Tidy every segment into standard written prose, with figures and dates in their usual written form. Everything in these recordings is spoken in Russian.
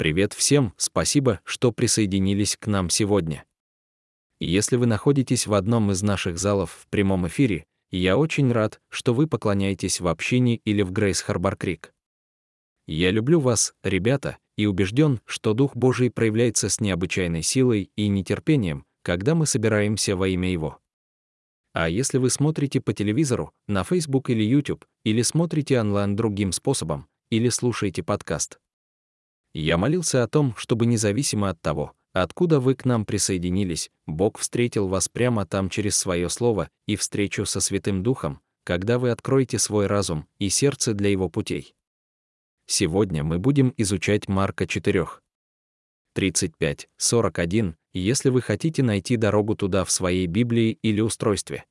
Привет всем, спасибо, что присоединились к нам сегодня. Если вы находитесь в одном из наших залов в прямом эфире, я очень рад, что вы поклоняетесь в общине или в Грейс Харбор Крик. Я люблю вас, ребята, и убежден, что Дух Божий проявляется с необычайной силой и нетерпением, когда мы собираемся во имя Его. А если вы смотрите по телевизору, на Facebook или YouTube, или смотрите онлайн другим способом, или слушаете подкаст, я молился о том, чтобы независимо от того, откуда вы к нам присоединились, Бог встретил вас прямо там через свое слово и встречу со Святым Духом, когда вы откроете свой разум и сердце для Его путей. Сегодня мы будем изучать Марка 4. 35-41, если вы хотите найти дорогу туда в своей Библии или устройстве.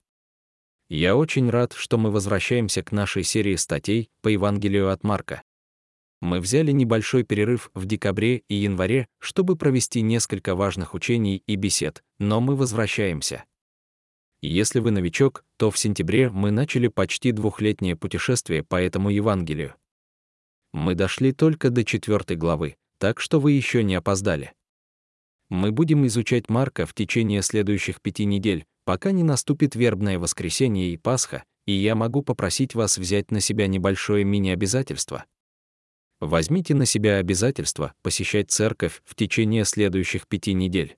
Я очень рад, что мы возвращаемся к нашей серии статей по Евангелию от Марка. Мы взяли небольшой перерыв в декабре и январе, чтобы провести несколько важных учений и бесед, но мы возвращаемся. Если вы новичок, то в сентябре мы начали почти двухлетнее путешествие по этому Евангелию. Мы дошли только до 4 главы, так что вы еще не опоздали. Мы будем изучать Марка в течение следующих 5 недель, пока не наступит вербное воскресенье и Пасха, и я могу попросить вас взять на себя небольшое мини-обязательство. Возьмите на себя обязательство посещать церковь в течение следующих 5 недель.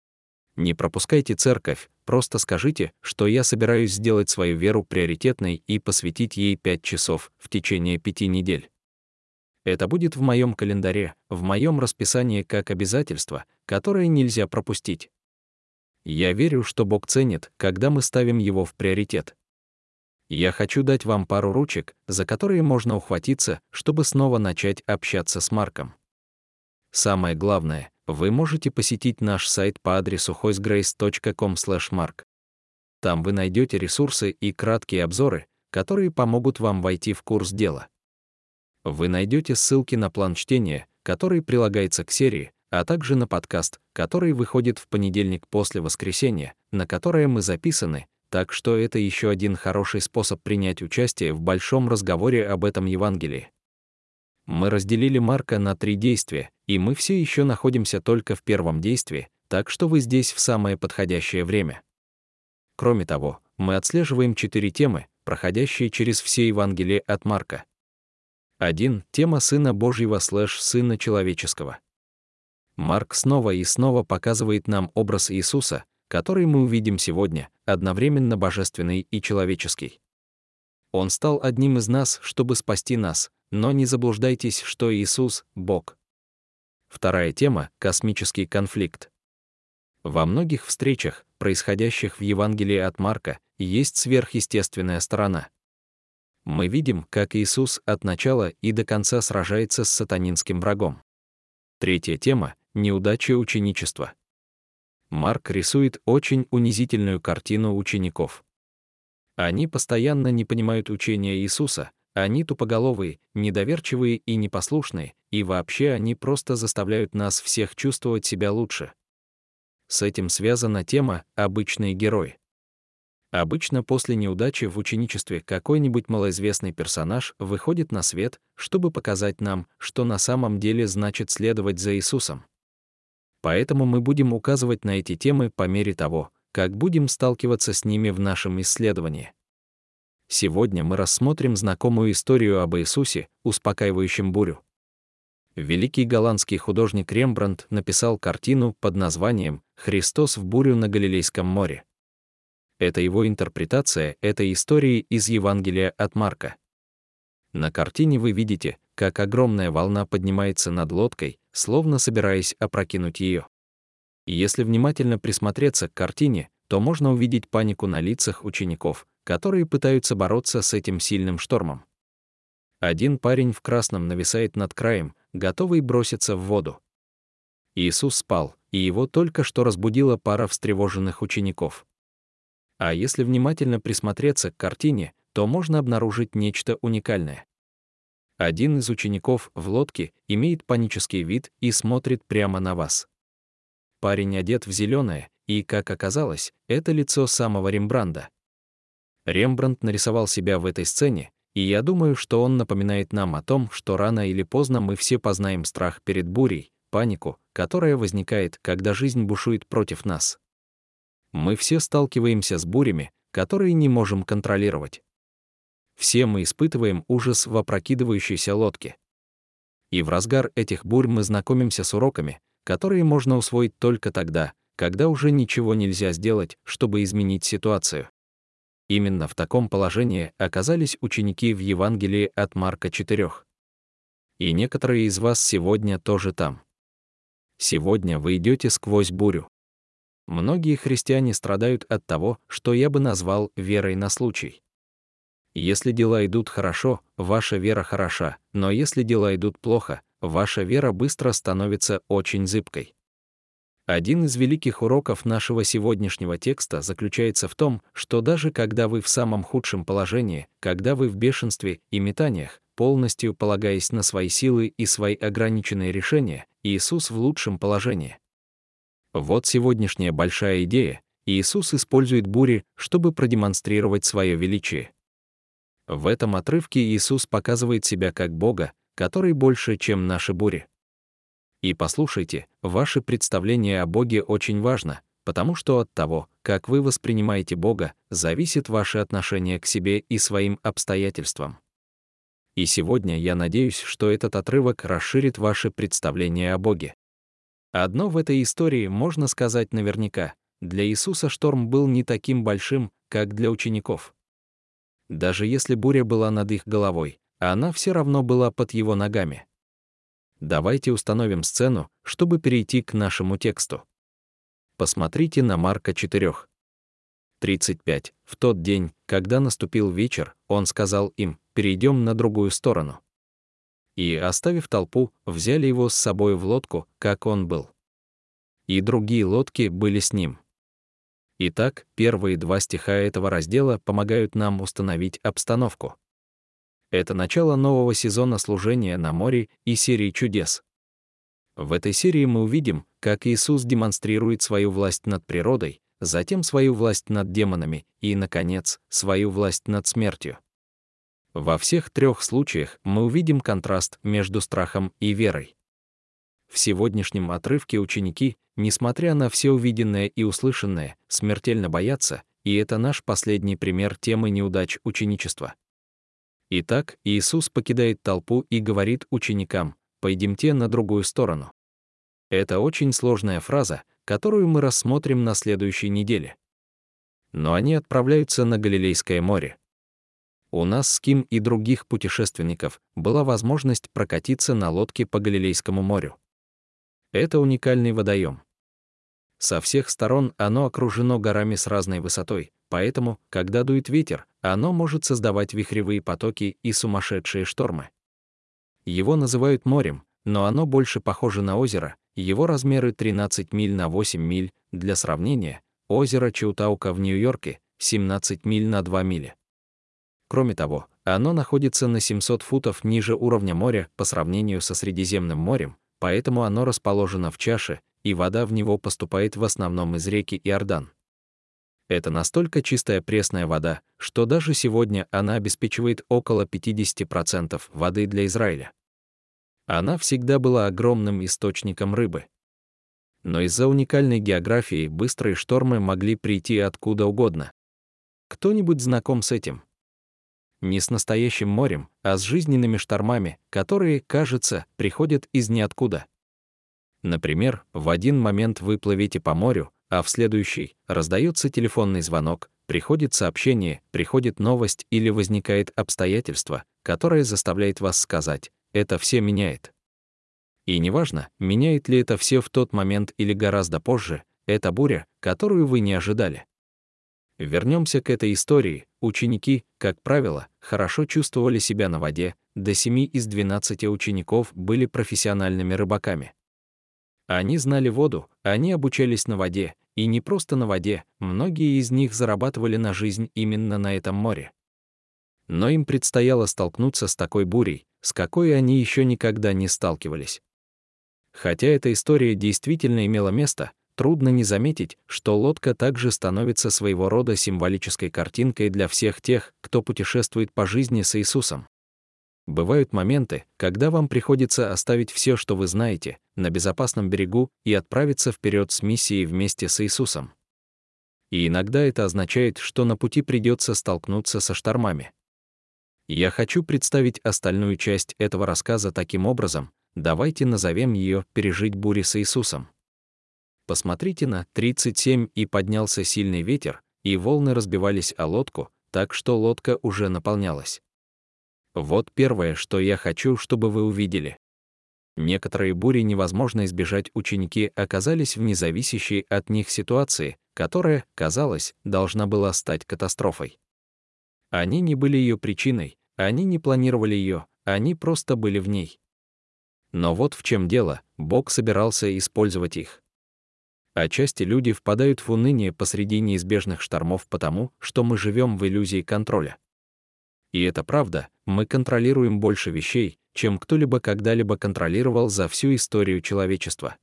Не пропускайте церковь, просто скажите, что я собираюсь сделать свою веру приоритетной и посвятить ей 5 часов в течение 5 недель. Это будет в моем календаре, в моем расписании как обязательство, которое нельзя пропустить. Я верю, что Бог ценит, когда мы ставим его в приоритет. Я хочу дать вам пару ручек, за которые можно ухватиться, чтобы снова начать общаться с Марком. Самое главное, вы можете посетить наш сайт по адресу hoicegrace.com/mark. Там вы найдете ресурсы и краткие обзоры, которые помогут вам войти в курс дела. Вы найдете ссылки на план чтения, который прилагается к серии, а также на подкаст, который выходит в понедельник после воскресенья, на которое мы записаны, так что это еще один хороший способ принять участие в большом разговоре об этом Евангелии. Мы разделили Марка на 3 действия, и мы все еще находимся только в первом действии, так что вы здесь в самое подходящее время. Кроме того, мы отслеживаем 4 темы, проходящие через все Евангелия от Марка. 1. Тема Сына Божьего / Сына Человеческого. Марк снова и снова показывает нам образ Иисуса, который мы увидим сегодня, одновременно божественный и человеческий. Он стал одним из нас, чтобы спасти нас, но не заблуждайтесь, что Иисус — Бог. 2. тема — космический конфликт. Во многих встречах, происходящих в Евангелии от Марка, есть сверхъестественная сторона. Мы видим, как Иисус от начала и до конца сражается с сатанинским врагом. 3. тема — неудача ученичества. Марк рисует очень унизительную картину учеников. Они постоянно не понимают учения Иисуса, они тупоголовые, недоверчивые и непослушные, и вообще они просто заставляют нас всех чувствовать себя лучше. С этим связана тема «обычные герои». Обычно после неудачи в ученичестве какой-нибудь малоизвестный персонаж выходит на свет, чтобы показать нам, что на самом деле значит следовать за Иисусом. Поэтому мы будем указывать на эти темы по мере того, как будем сталкиваться с ними в нашем исследовании. Сегодня мы рассмотрим знакомую историю об Иисусе, успокаивающем бурю. Великий голландский художник Рембрандт написал картину под названием «Христос в бурю на Галилейском море». Это его интерпретация этой истории из Евангелия от Марка. На картине вы видите, как огромная волна поднимается над лодкой, словно собираясь опрокинуть ее. Если внимательно присмотреться к картине, то можно увидеть панику на лицах учеников, которые пытаются бороться с этим сильным штормом. Один парень в красном нависает над краем, готовый броситься в воду. Иисус спал, и его только что разбудила пара встревоженных учеников. А если внимательно присмотреться к картине, то можно обнаружить нечто уникальное. Один из учеников в лодке имеет панический вид и смотрит прямо на вас. Парень одет в зеленое, и, как оказалось, это лицо самого Рембрандта. Рембрандт нарисовал себя в этой сцене, и я думаю, что он напоминает нам о том, что рано или поздно мы все познаем страх перед бурей, панику, которая возникает, когда жизнь бушует против нас. Мы все сталкиваемся с бурями, которые не можем контролировать. Все мы испытываем ужас в опрокидывающейся лодке. И в разгар этих бурь мы знакомимся с уроками, которые можно усвоить только тогда, когда уже ничего нельзя сделать, чтобы изменить ситуацию. Именно в таком положении оказались ученики в Евангелии от Марка 4. И некоторые из вас сегодня тоже там. Сегодня вы идете сквозь бурю. Многие христиане страдают от того, что я бы назвал верой на случай. Если дела идут хорошо, ваша вера хороша, но если дела идут плохо, ваша вера быстро становится очень зыбкой. Один из великих уроков нашего сегодняшнего текста заключается в том, что даже когда вы в самом худшем положении, когда вы в бешенстве и метаниях, полностью полагаясь на свои силы и свои ограниченные решения, Иисус в лучшем положении. Вот сегодняшняя большая идея. Иисус использует бури, чтобы продемонстрировать свое величие. В этом отрывке Иисус показывает себя как Бога, который больше, чем наши бури. И послушайте, ваше представление о Боге очень важно, потому что от того, как вы воспринимаете Бога, зависит ваше отношение к себе и своим обстоятельствам. И сегодня я надеюсь, что этот отрывок расширит ваше представление о Боге. Одно в этой истории можно сказать наверняка: для Иисуса шторм был не таким большим, как для учеников. Даже если буря была над их головой, она все равно была под его ногами. Давайте установим сцену, чтобы перейти к нашему тексту. Посмотрите на Марка 4:35. В тот день, когда наступил вечер, он сказал им: «Перейдем на другую сторону». И, оставив толпу, взяли его с собой в лодку, как он был. И другие лодки были с ним. Итак, первые 2 стиха этого раздела помогают нам установить обстановку. Это начало нового сезона служения на море и серии чудес. В этой серии мы увидим, как Иисус демонстрирует свою власть над природой, затем свою власть над демонами и, наконец, свою власть над смертью. Во всех 3 случаях мы увидим контраст между страхом и верой. В сегодняшнем отрывке ученики, несмотря на все увиденное и услышанное, смертельно боятся, и это наш последний пример темы неудач ученичества. Итак, Иисус покидает толпу и говорит ученикам: «Пойдемте на другую сторону». Это очень сложная фраза, которую мы рассмотрим на следующей неделе. Но они отправляются на Галилейское море. У нас с Ким и других путешественников была возможность прокатиться на лодке по Галилейскому морю. Это уникальный водоем. Со всех сторон оно окружено горами с разной высотой, поэтому, когда дует ветер, оно может создавать вихревые потоки и сумасшедшие штормы. Его называют морем, но оно больше похоже на озеро, его размеры 13 миль на 8 миль, для сравнения, озеро Чаутаука в Нью-Йорке — 17 миль на 2 мили. Кроме того, оно находится на 700 футов ниже уровня моря по сравнению со Средиземным морем, поэтому оно расположено в чаше, и вода в него поступает в основном из реки Иордан. Это настолько чистая пресная вода, что даже сегодня она обеспечивает около 50% воды для Израиля. Она всегда была огромным источником рыбы. Но из-за уникальной географии быстрые штормы могли прийти откуда угодно. Кто-нибудь знаком с этим? Не с настоящим морем, а с жизненными штормами, которые, кажется, приходят из ниоткуда. Например, в один момент вы плывете по морю, а в следующий раздается телефонный звонок, приходит сообщение, приходит новость или возникает обстоятельство, которое заставляет вас сказать: «Это все меняет». И неважно, меняет ли это все в тот момент или гораздо позже, это буря, которую вы не ожидали. Вернемся к этой истории. Ученики, как правило, хорошо чувствовали себя на воде, до 7 из 12 учеников были профессиональными рыбаками. Они знали воду, они обучались на воде, и не просто на воде, многие из них зарабатывали на жизнь именно на этом море. Но им предстояло столкнуться с такой бурей, с какой они еще никогда не сталкивались. Хотя эта история действительно имела место, трудно не заметить, что лодка также становится своего рода символической картинкой для всех тех, кто путешествует по жизни с Иисусом. Бывают моменты, когда вам приходится оставить все, что вы знаете, на безопасном берегу и отправиться вперед с миссией вместе с Иисусом. И иногда это означает, что на пути придется столкнуться со штормами. Я хочу представить остальную часть этого рассказа таким образом, давайте назовем ее «Пережить бури с Иисусом». Посмотрите на 37, и поднялся сильный ветер, и волны разбивались о лодку, так что лодка уже наполнялась. Вот первое, что я хочу, чтобы вы увидели. Некоторые бури невозможно избежать, ученики оказались в независящей от них ситуации, которая, казалось, должна была стать катастрофой. Они не были ее причиной, они не планировали ее, они просто были в ней. Но вот в чем дело, Бог собирался использовать их. Отчасти люди впадают в уныние посреди неизбежных штормов потому, что мы живем в иллюзии контроля. И это правда, мы контролируем больше вещей, чем кто-либо когда-либо контролировал за всю историю человечества.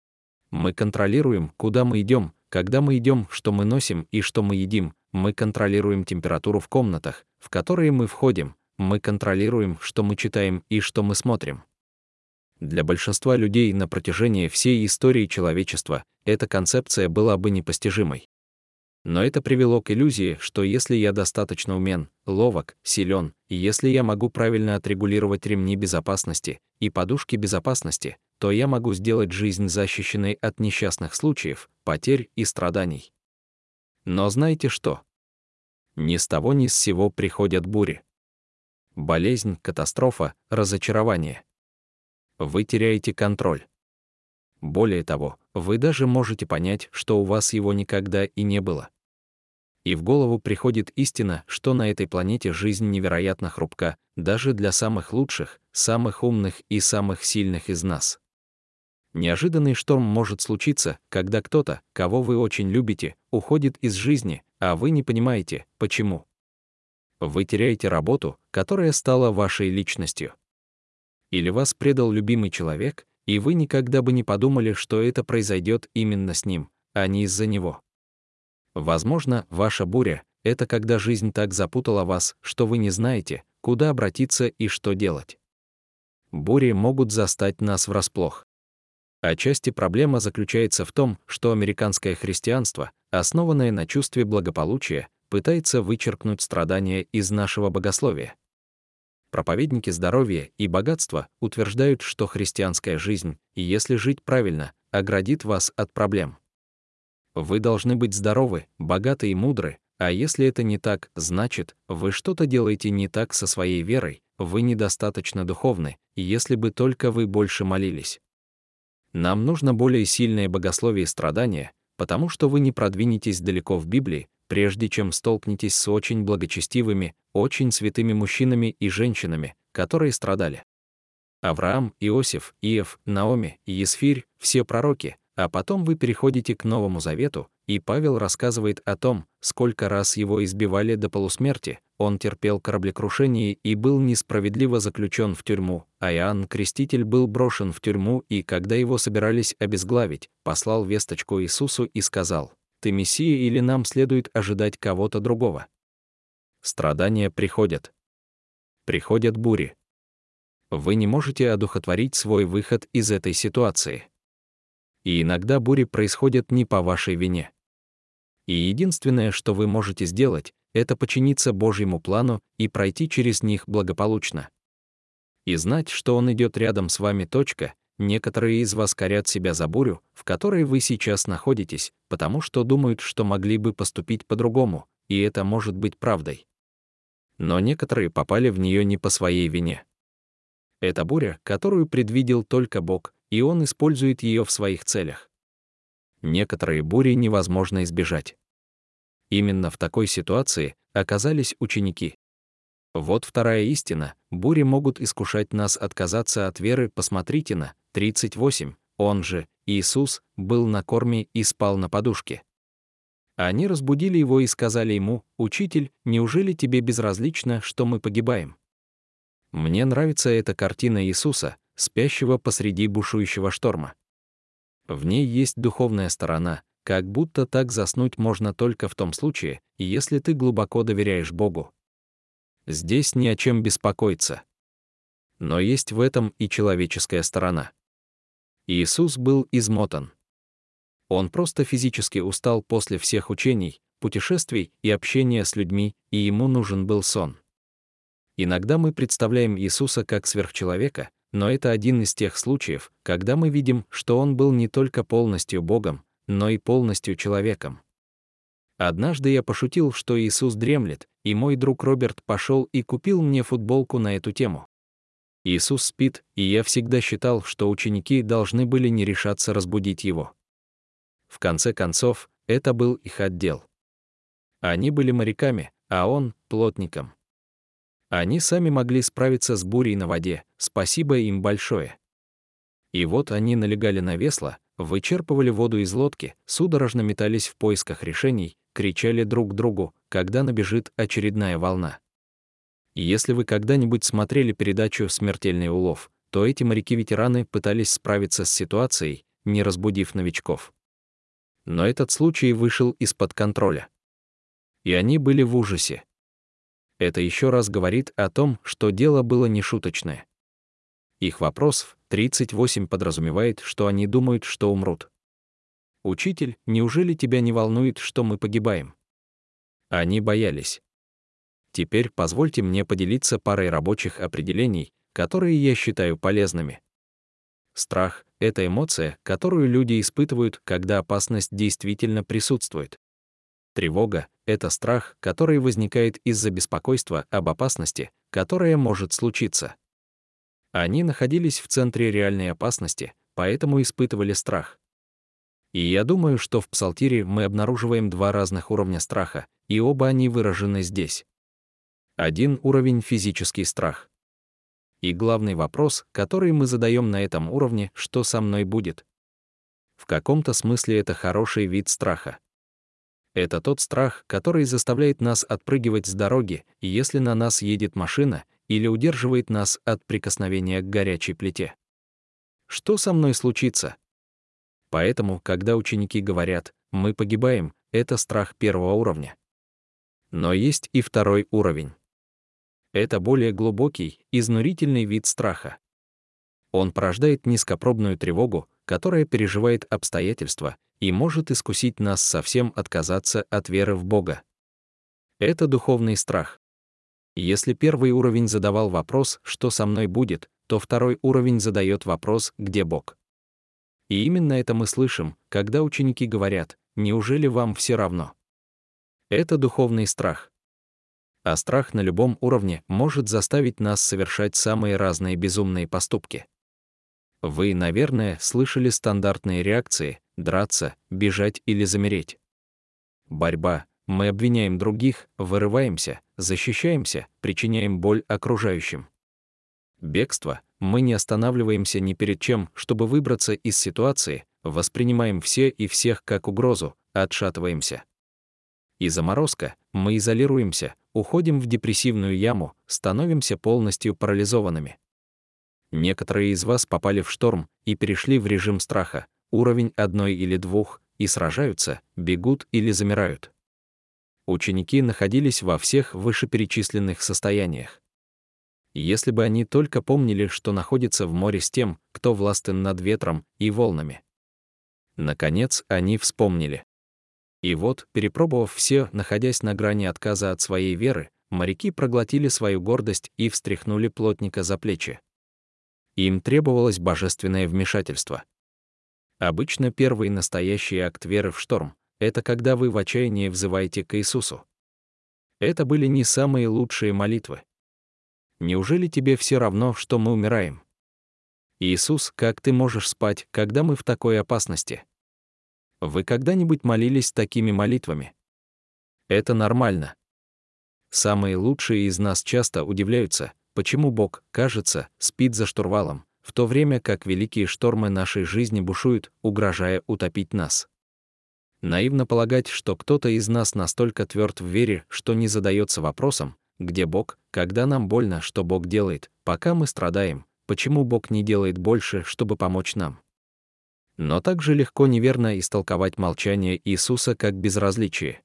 Мы контролируем, куда мы идем, когда мы идем, что мы носим и что мы едим, мы контролируем температуру в комнатах, в которые мы входим, мы контролируем, что мы читаем и что мы смотрим. Для большинства людей на протяжении всей истории человечества эта концепция была бы непостижимой. Но это привело к иллюзии, что если я достаточно умен, ловок, силен, и если я могу правильно отрегулировать ремни безопасности и подушки безопасности, то я могу сделать жизнь защищенной от несчастных случаев, потерь и страданий. Но знаете что? Ни с того ни с сего приходят бури. Болезнь, катастрофа, разочарование. Вы теряете контроль. Более того, вы даже можете понять, что у вас его никогда и не было. И в голову приходит истина, что на этой планете жизнь невероятно хрупка, даже для самых лучших, самых умных и самых сильных из нас. Неожиданный шторм может случиться, когда кто-то, кого вы очень любите, уходит из жизни, а вы не понимаете, почему. Вы теряете работу, которая стала вашей личностью. Или вас предал любимый человек, и вы никогда бы не подумали, что это произойдет именно с ним, а не из-за него. Возможно, ваша буря — это когда жизнь так запутала вас, что вы не знаете, куда обратиться и что делать. Бури могут застать нас врасплох. Отчасти проблема заключается в том, что американское христианство, основанное на чувстве благополучия, пытается вычеркнуть страдания из нашего богословия. Проповедники здоровья и богатства утверждают, что христианская жизнь, если жить правильно, оградит вас от проблем. Вы должны быть здоровы, богаты и мудры, а если это не так, значит, вы что-то делаете не так со своей верой, вы недостаточно духовны, если бы только вы больше молились. Нам нужно более сильное богословие страдания, потому что вы не продвинетесь далеко в Библии, прежде чем столкнетесь с очень благочестивыми, очень святыми мужчинами и женщинами, которые страдали. Авраам, Иосиф, Иов, Наоми, Есфирь — все пророки, а потом вы переходите к Новому Завету, и Павел рассказывает о том, сколько раз его избивали до полусмерти, он терпел кораблекрушение и был несправедливо заключен в тюрьму, а Иоанн Креститель был брошен в тюрьму и, когда его собирались обезглавить, послал весточку Иисусу и сказал: «Ты Мессия или нам следует ожидать кого-то другого?» Страдания приходят. Приходят бури. Вы не можете одухотворить свой выход из этой ситуации. И иногда бури происходят не по вашей вине. И единственное, что вы можете сделать, это подчиниться Божьему плану и пройти через них благополучно. И знать, что Он идет рядом с вами. Некоторые из вас корят себя за бурю, в которой вы сейчас находитесь, потому что думают, что могли бы поступить по-другому, и это может быть правдой. Но некоторые попали в нее не по своей вине. Это буря, которую предвидел только Бог, и Он использует ее в своих целях. Некоторые бури невозможно избежать. Именно в такой ситуации оказались ученики. Вот вторая истина: бури могут искушать нас отказаться от веры. Посмотрите на 38. Он же, Иисус, был на корме и спал на подушке. Они разбудили его и сказали ему: «Учитель, неужели тебе безразлично, что мы погибаем?» Мне нравится эта картина Иисуса, спящего посреди бушующего шторма. В ней есть духовная сторона, как будто так заснуть можно только в том случае, если ты глубоко доверяешь Богу. Здесь ни о чем беспокоиться. Но есть в этом и человеческая сторона. Иисус был измотан. Он просто физически устал после всех учений, путешествий и общения с людьми, и ему нужен был сон. Иногда мы представляем Иисуса как сверхчеловека, но это один из тех случаев, когда мы видим, что он был не только полностью Богом, но и полностью человеком. Однажды я пошутил, что Иисус дремлет, и мой друг Роберт пошел и купил мне футболку на эту тему. Иисус спит, и я всегда считал, что ученики должны были не решаться разбудить его. В конце концов, это был их отдел. Они были моряками, а он — плотником. Они сами могли справиться с бурей на воде, спасибо им большое. И вот они налегали на весла, вычерпывали воду из лодки, судорожно метались в поисках решений, кричали друг другу, когда набежит очередная волна. И если вы когда-нибудь смотрели передачу «Смертельный улов», то эти моряки-ветераны пытались справиться с ситуацией, не разбудив новичков. Но этот случай вышел из-под контроля. И они были в ужасе. Это еще раз говорит о том, что дело было не шуточное. Их вопрос в 38 подразумевает, что они думают, что умрут. «Учитель, неужели тебя не волнует, что мы погибаем?» Они боялись. Теперь позвольте мне поделиться парой рабочих определений, которые я считаю полезными. Страх — это эмоция, которую люди испытывают, когда опасность действительно присутствует. Тревога — это страх, который возникает из-за беспокойства об опасности, которая может случиться. Они находились в центре реальной опасности, поэтому испытывали страх. И я думаю, что в Псалтире мы обнаруживаем два разных уровня страха, и оба они выражены здесь. Один уровень — физический страх. И главный вопрос, который мы задаем на этом уровне, что со мной будет? В каком-то смысле это хороший вид страха. Это тот страх, который заставляет нас отпрыгивать с дороги, если на нас едет машина, или удерживает нас от прикосновения к горячей плите. Что со мной случится? Поэтому, когда ученики говорят «мы погибаем», это страх первого уровня. Но есть и второй уровень. Это более глубокий, изнурительный вид страха. Он порождает низкопробную тревогу, которая переживает обстоятельства и может искусить нас совсем отказаться от веры в Бога. Это духовный страх. Если первый уровень задавал вопрос «что со мной будет?», то второй уровень задает вопрос «где Бог?». И именно это мы слышим, когда ученики говорят «неужели вам все равно?». Это духовный страх. А страх на любом уровне может заставить нас совершать самые разные безумные поступки. Вы, наверное, слышали стандартные реакции — драться, бежать или замереть. Борьба — мы обвиняем других, вырываемся, защищаемся, причиняем боль окружающим. Бегство — мы не останавливаемся ни перед чем, чтобы выбраться из ситуации, воспринимаем все и всех как угрозу, отшатываемся. И заморозка — мы изолируемся, уходим в депрессивную яму, становимся полностью парализованными. Некоторые из вас попали в шторм и перешли в режим страха, уровень 1 или 2, и сражаются, бегут или замирают. Ученики находились во всех вышеперечисленных состояниях. Если бы они только помнили, что находятся в море с тем, кто властен над ветром и волнами. Наконец, они вспомнили. И вот, перепробовав все, находясь на грани отказа от своей веры, моряки проглотили свою гордость и встряхнули плотника за плечи. Им требовалось божественное вмешательство. Обычно первый настоящий акт веры в шторм — это когда вы в отчаянии взываете к Иисусу. Это были не самые лучшие молитвы. Неужели тебе все равно, что мы умираем? Иисус, как ты можешь спать, когда мы в такой опасности? Вы когда-нибудь молились такими молитвами? Это нормально. Самые лучшие из нас часто удивляются, почему Бог, кажется, спит за штурвалом, в то время как великие штормы нашей жизни бушуют, угрожая утопить нас. Наивно полагать, что кто-то из нас настолько тверд в вере, что не задается вопросом, где Бог, когда нам больно, что Бог делает, пока мы страдаем, почему Бог не делает больше, чтобы помочь нам. Но также легко неверно истолковать молчание Иисуса как безразличие.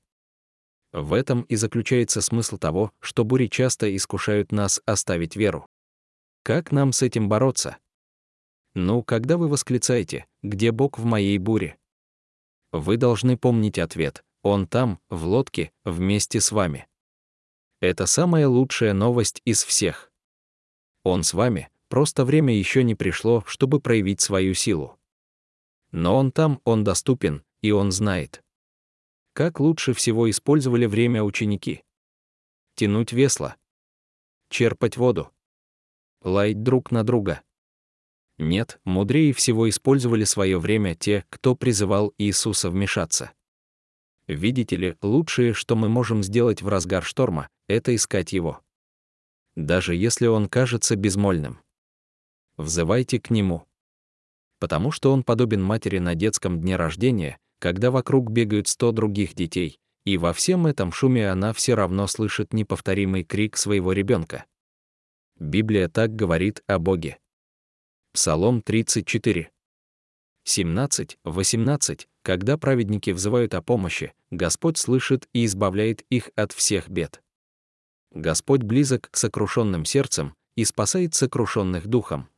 В этом и заключается смысл того, что бури часто искушают нас оставить веру. Как нам с этим бороться? Ну, когда вы восклицаете: «Где Бог в моей буре?» Вы должны помнить ответ: Он там, в лодке, вместе с вами. Это самая лучшая новость из всех. Он с вами, просто время еще не пришло, чтобы проявить свою силу. Но Он там, Он доступен, и Он знает. Как лучше всего использовали время ученики? Тянуть весла, черпать воду, лаять друг на друга. Нет, мудрее всего использовали свое время те, кто призывал Иисуса вмешаться. Видите ли, лучшее, что мы можем сделать в разгар шторма, это искать Его. Даже если Он кажется безмольным. Взывайте к Нему. Потому что Он подобен матери на детском дне рождения, когда вокруг бегают 100 других детей, и во всем этом шуме она все равно слышит неповторимый крик своего ребенка. Библия так говорит о Боге. Псалом 34. 17-18. Когда праведники взывают о помощи, Господь слышит и избавляет их от всех бед. Господь близок к сокрушенным сердцем и спасает сокрушенных духом.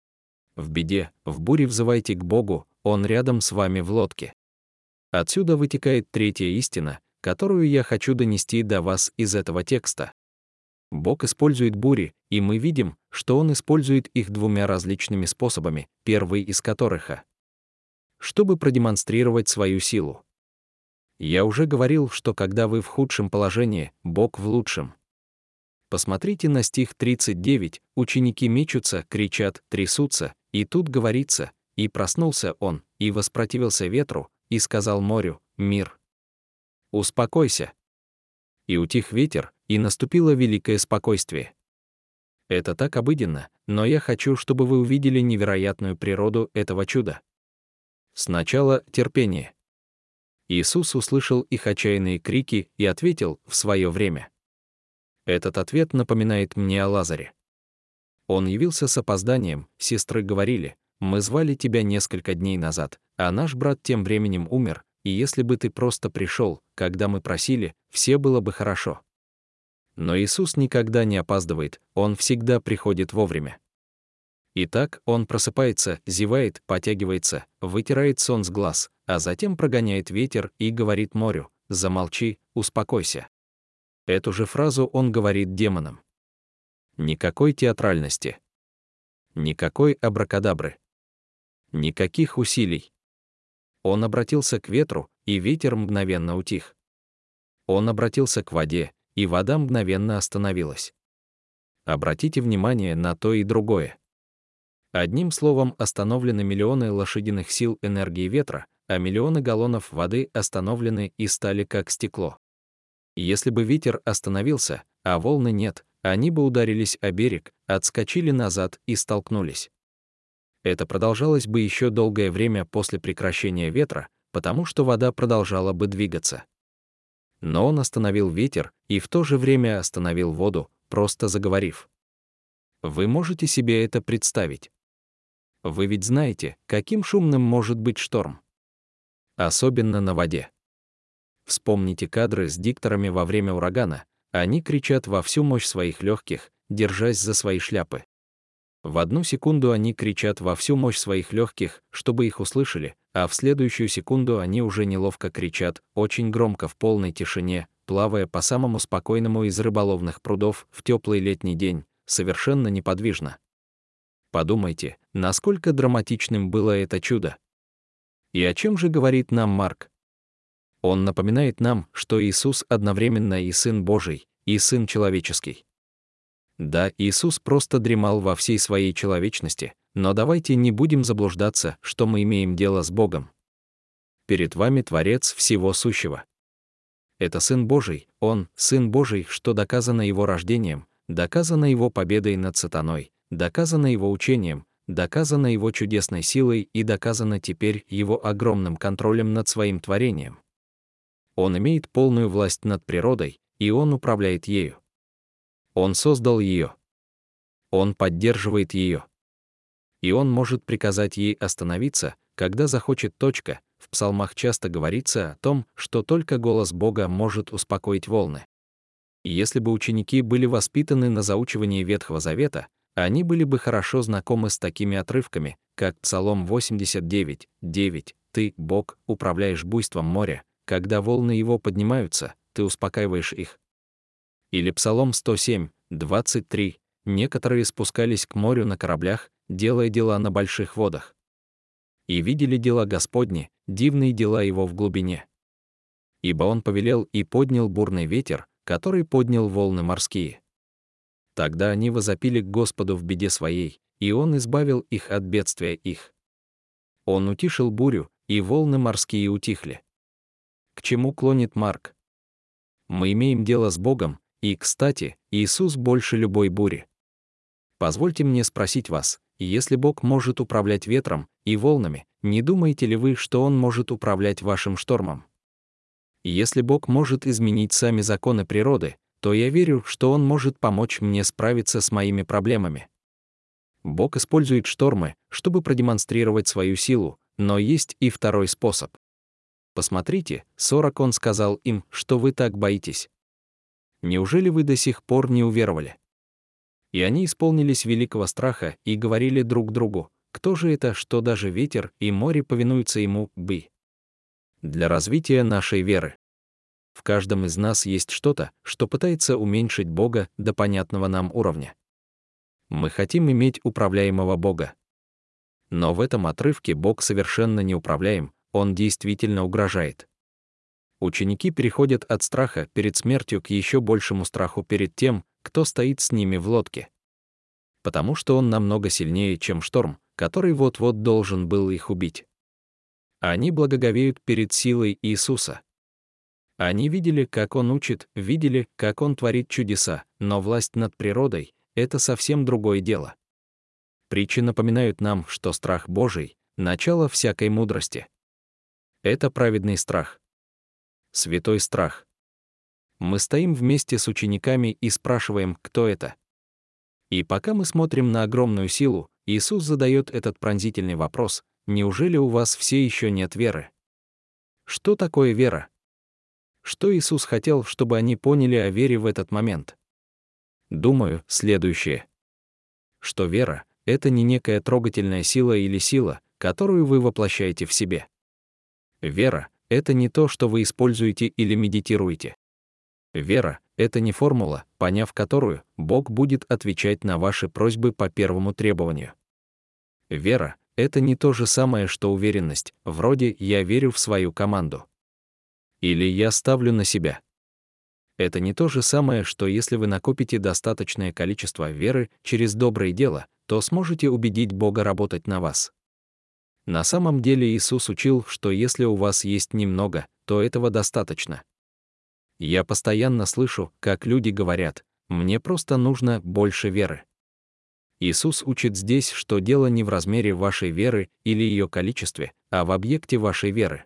В беде, в буре взывайте к Богу, Он рядом с вами в лодке. Отсюда вытекает третья истина, которую я хочу донести до вас из этого текста. Бог использует бури, и мы видим, что Он использует их двумя различными способами, первый из которых чтобы продемонстрировать свою силу. Я уже говорил, что когда вы в худшем положении, Бог в лучшем. Посмотрите на стих 39, ученики мечутся, кричат, трясутся, и тут говорится: «И проснулся он, и воспротивился ветру, и сказал морю: мир, успокойся». И утих ветер, и наступило великое спокойствие. Это так обыденно, но я хочу, чтобы вы увидели невероятную природу этого чуда. Сначала терпение. Иисус услышал их отчаянные крики и ответил в свое время. Этот ответ напоминает мне о Лазаре. Он явился с опозданием, сестры говорили: «Мы звали тебя несколько дней назад, а наш брат тем временем умер, и если бы ты просто пришел, когда мы просили, все было бы хорошо». Но Иисус никогда не опаздывает, Он всегда приходит вовремя. Итак, Он просыпается, зевает, потягивается, вытирает сон с глаз, а затем прогоняет ветер и говорит морю: «Замолчи, успокойся». Эту же фразу Он говорит демонам. Никакой театральности. Никакой абракадабры. Никаких усилий. Он обратился к ветру, и ветер мгновенно утих. Он обратился к воде, и вода мгновенно остановилась. Обратите внимание на то и другое. Одним словом, остановлены миллионы лошадиных сил энергии ветра, а миллионы галлонов воды остановлены и стали как стекло. Если бы ветер остановился, а волны нет, они бы ударились о берег, отскочили назад и столкнулись. Это продолжалось бы еще долгое время после прекращения ветра, потому что вода продолжала бы двигаться. Но Он остановил ветер и в то же время остановил воду, просто заговорив. Вы можете себе это представить? Вы ведь знаете, каким шумным может быть шторм. Особенно на воде. Вспомните кадры с дикторами во время урагана. Они кричат во всю мощь своих легких, держась за свои шляпы. В одну секунду они кричат во всю мощь своих легких, чтобы их услышали, а в следующую секунду они уже неловко кричат, очень громко в полной тишине, плавая по самому спокойному из рыболовных прудов в теплый летний день, совершенно неподвижно. Подумайте, насколько драматичным было это чудо. И о чем же говорит нам Марк? Он напоминает нам, что Иисус одновременно и Сын Божий, и Сын человеческий. Да, Иисус просто дремал во всей своей человечности, но давайте не будем заблуждаться, что мы имеем дело с Богом. Перед вами Творец всего сущего. Это Сын Божий, Он, Сын Божий, что доказано Его рождением, доказано Его победой над сатаной, доказано Его учением, доказано Его чудесной силой и доказано теперь Его огромным контролем над своим творением. Он имеет полную власть над природой, и Он управляет ею. Он создал ее. Он поддерживает ее. И Он может приказать ей остановиться, когда захочет. В псалмах часто говорится о том, что только голос Бога может успокоить волны. И если бы ученики были воспитаны на заучивании Ветхого Завета, Они были бы хорошо знакомы с такими отрывками, как Псалом 89:9. «Ты, Бог, управляешь буйством моря, когда волны его поднимаются, ты успокаиваешь их». Или Псалом 107:23. «Некоторые спускались к морю на кораблях, делая дела на больших водах. И видели дела Господни, дивные дела его в глубине. Ибо он повелел и поднял бурный ветер, который поднял волны морские. Тогда они возопили к Господу в беде своей, и он избавил их от бедствия их. Он утишил бурю, и волны морские утихли». К чему клонит Марк? Мы имеем дело с Богом, и, кстати, Иисус больше любой бури. Позвольте мне спросить вас, если Бог может управлять ветром и волнами, не думаете ли вы, что Он может управлять вашим штормом? Если Бог может изменить сами законы природы, то я верю, что Он может помочь мне справиться с моими проблемами. Бог использует штормы, чтобы продемонстрировать свою силу, но есть и второй способ. Посмотрите, 40 Он сказал им, что вы так боитесь. Неужели вы до сих пор не уверовали? И они исполнились великого страха и говорили друг другу: кто же это, что даже ветер и море повинуются ему, Для развития нашей веры. В каждом из нас есть что-то, что пытается уменьшить Бога до понятного нам уровня. Мы хотим иметь управляемого Бога. Но в этом отрывке Бог совершенно неуправляем, Он действительно угрожает. Ученики переходят от страха перед смертью к еще большему страху перед тем, кто стоит с ними в лодке. Потому что он намного сильнее, чем шторм, который вот-вот должен был их убить. Они благоговеют перед силой Иисуса. Они видели, как Он учит, видели, как Он творит чудеса, но власть над природой — это совсем другое дело. Притчи напоминают нам, что страх Божий — начало всякой мудрости. Это праведный страх. Святой страх. Мы стоим вместе с учениками и спрашиваем, кто это. И пока мы смотрим на огромную силу, Иисус задает этот пронзительный вопрос: неужели у вас все еще нет веры? Что такое вера? Что Иисус хотел, чтобы они поняли о вере в этот момент? Думаю, следующее. Что вера — это не некая трогательная сила или сила, которую вы воплощаете в себе. Вера — это не то, что вы используете или медитируете. Вера — это не формула, поняв которую, Бог будет отвечать на ваши просьбы по первому требованию. Вера — это не то же самое, что уверенность, вроде «я верю в свою команду» или «я ставлю на себя». Это не то же самое, что если вы накопите достаточное количество веры через добрые дела, то сможете убедить Бога работать на вас. На самом деле Иисус учил, что если у вас есть немного, то этого достаточно. Я постоянно слышу, как люди говорят: «Мне просто нужно больше веры». Иисус учит здесь, что дело не в размере вашей веры или ее количестве, а в объекте вашей веры.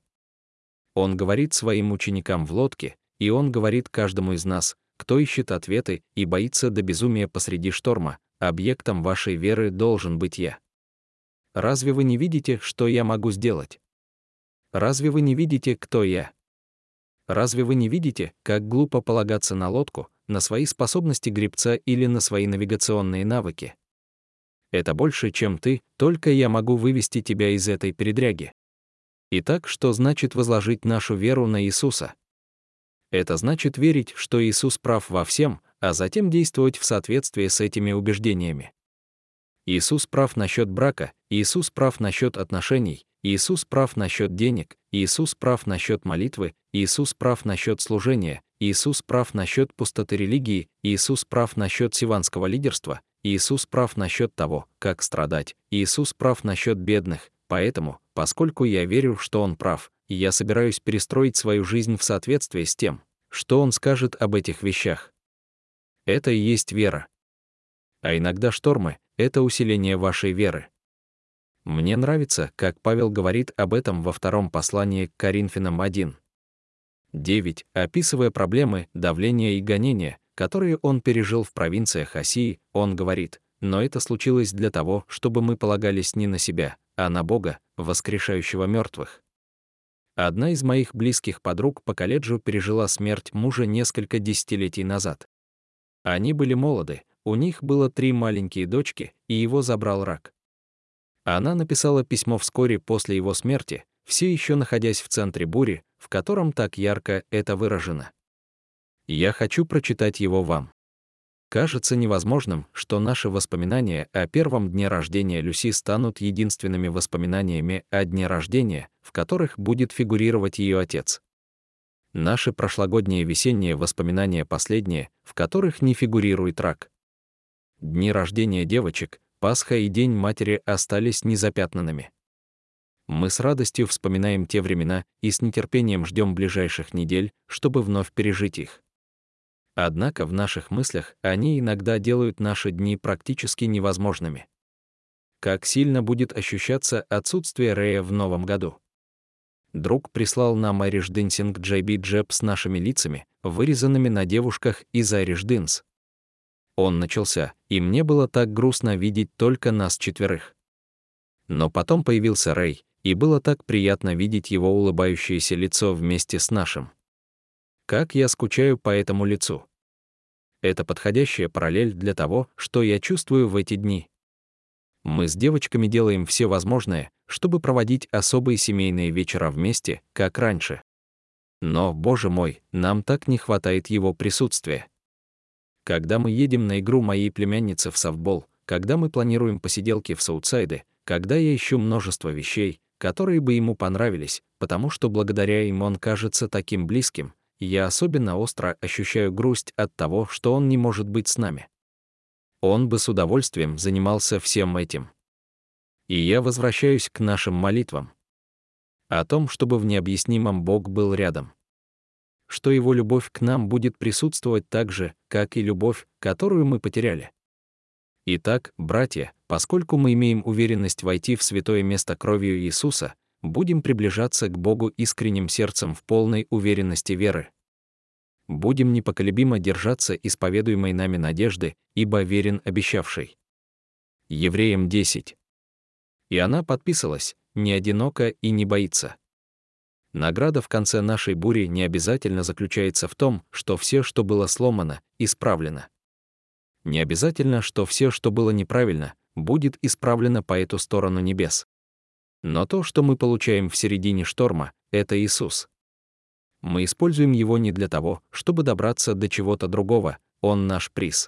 Он говорит своим ученикам в лодке, и Он говорит каждому из нас, кто ищет ответы и боится до безумия посреди шторма: объектом вашей веры должен быть я. Разве вы не видите, что я могу сделать? Разве вы не видите, кто я? Разве вы не видите, как глупо полагаться на лодку, на свои способности гребца или на свои навигационные навыки? Это больше, чем ты, только я могу вывести тебя из этой передряги. Итак, что значит возложить нашу веру на Иисуса? Это значит верить, что Иисус прав во всем, а затем действовать в соответствии с этими убеждениями. Иисус прав насчет брака, Иисус прав насчет отношений, Иисус прав насчет денег, Иисус прав насчет молитвы, Иисус прав насчет служения, Иисус прав насчет пустоты религии, Иисус прав насчет сиванского лидерства, Иисус прав насчет того, как страдать, Иисус прав насчет бедных. Поэтому, поскольку я верю, что Он прав, я собираюсь перестроить свою жизнь в соответствии с тем, что Он скажет об этих вещах. Это и есть вера. А иногда штормы — это усиление вашей веры. Мне нравится, как Павел говорит об этом во втором послании к Коринфянам 1:9, описывая проблемы, давления и гонения, которые он пережил в провинциях Асии. Он говорит: «Но это случилось для того, чтобы мы полагались не на себя, а на Бога, воскрешающего мертвых». Одна из моих близких подруг по колледжу пережила смерть мужа несколько десятилетий назад. Они были молоды, у них было 3 маленькие дочки, и его забрал рак. Она написала письмо вскоре после его смерти, все еще находясь в центре бури, в котором так ярко это выражено. Я хочу прочитать его вам. Кажется невозможным, что наши воспоминания о первом дне рождения Люси станут единственными воспоминаниями о дне рождения, в которых будет фигурировать ее отец. Наши прошлогодние весенние воспоминания последние, в которых не фигурирует рак. Дни рождения девочек, Пасха и День матери остались незапятнанными. Мы с радостью вспоминаем те времена и с нетерпением ждем ближайших недель, чтобы вновь пережить их. Однако в наших мыслях они иногда делают наши дни практически невозможными. Как сильно будет ощущаться отсутствие Рэя в новом году? Друг прислал нам Irish Dancing JB Jeb с нашими лицами, вырезанными на девушках из Irish Dance. Он начался, и мне было так грустно видеть только нас 4. Но потом появился Рэй, и было так приятно видеть его улыбающееся лицо вместе с нашим. Как я скучаю по этому лицу. Это подходящая параллель для того, что я чувствую в эти дни. Мы с девочками делаем все возможное, чтобы проводить особые семейные вечера вместе, как раньше. Но, боже мой, нам так не хватает его присутствия. Когда мы едем на игру моей племянницы в софтбол, когда мы планируем посиделки в Саутсайде, когда я ищу множество вещей, которые бы ему понравились, потому что благодаря им он кажется таким близким, я особенно остро ощущаю грусть от того, что он не может быть с нами. Он бы с удовольствием занимался всем этим. И я возвращаюсь к нашим молитвам. О том, чтобы в необъяснимом Бог был рядом. Что его любовь к нам будет присутствовать так же, как и любовь, которую мы потеряли. Итак, братья, поскольку мы имеем уверенность войти в святое место кровью Иисуса, будем приближаться к Богу искренним сердцем в полной уверенности веры. Будем непоколебимо держаться исповедуемой нами надежды, ибо верен обещавший. Евреям 10. И она подписалась, не одинока и не боится. Награда в конце нашей бури не обязательно заключается в том, что все, что было сломано, исправлено. Не обязательно, что все, что было неправильно, будет исправлено по эту сторону небес. Но то, что мы получаем в середине шторма, это Иисус. Мы используем его не для того, чтобы добраться до чего-то другого, он наш приз.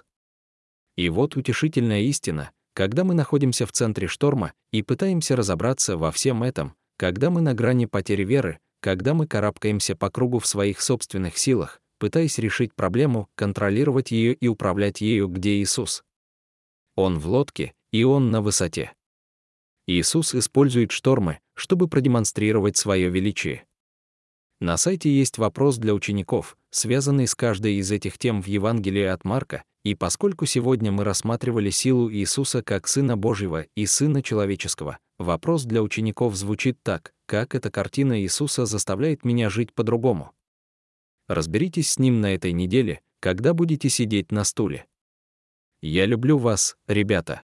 И вот утешительная истина, когда мы находимся в центре шторма и пытаемся разобраться во всем этом, когда мы на грани потери веры, когда мы карабкаемся по кругу в своих собственных силах, пытаясь решить проблему, контролировать ее и управлять ею, где Иисус. Он в лодке, и он на высоте. Иисус использует штормы, чтобы продемонстрировать свое величие. На сайте есть вопрос для учеников, связанный с каждой из этих тем в Евангелии от Марка, и поскольку сегодня мы рассматривали силу Иисуса как Сына Божьего и Сына Человеческого, вопрос для учеников звучит так: как эта картина Иисуса заставляет меня жить по-другому? Разберитесь с ним на этой неделе, когда будете сидеть на стуле. Я люблю вас, ребята.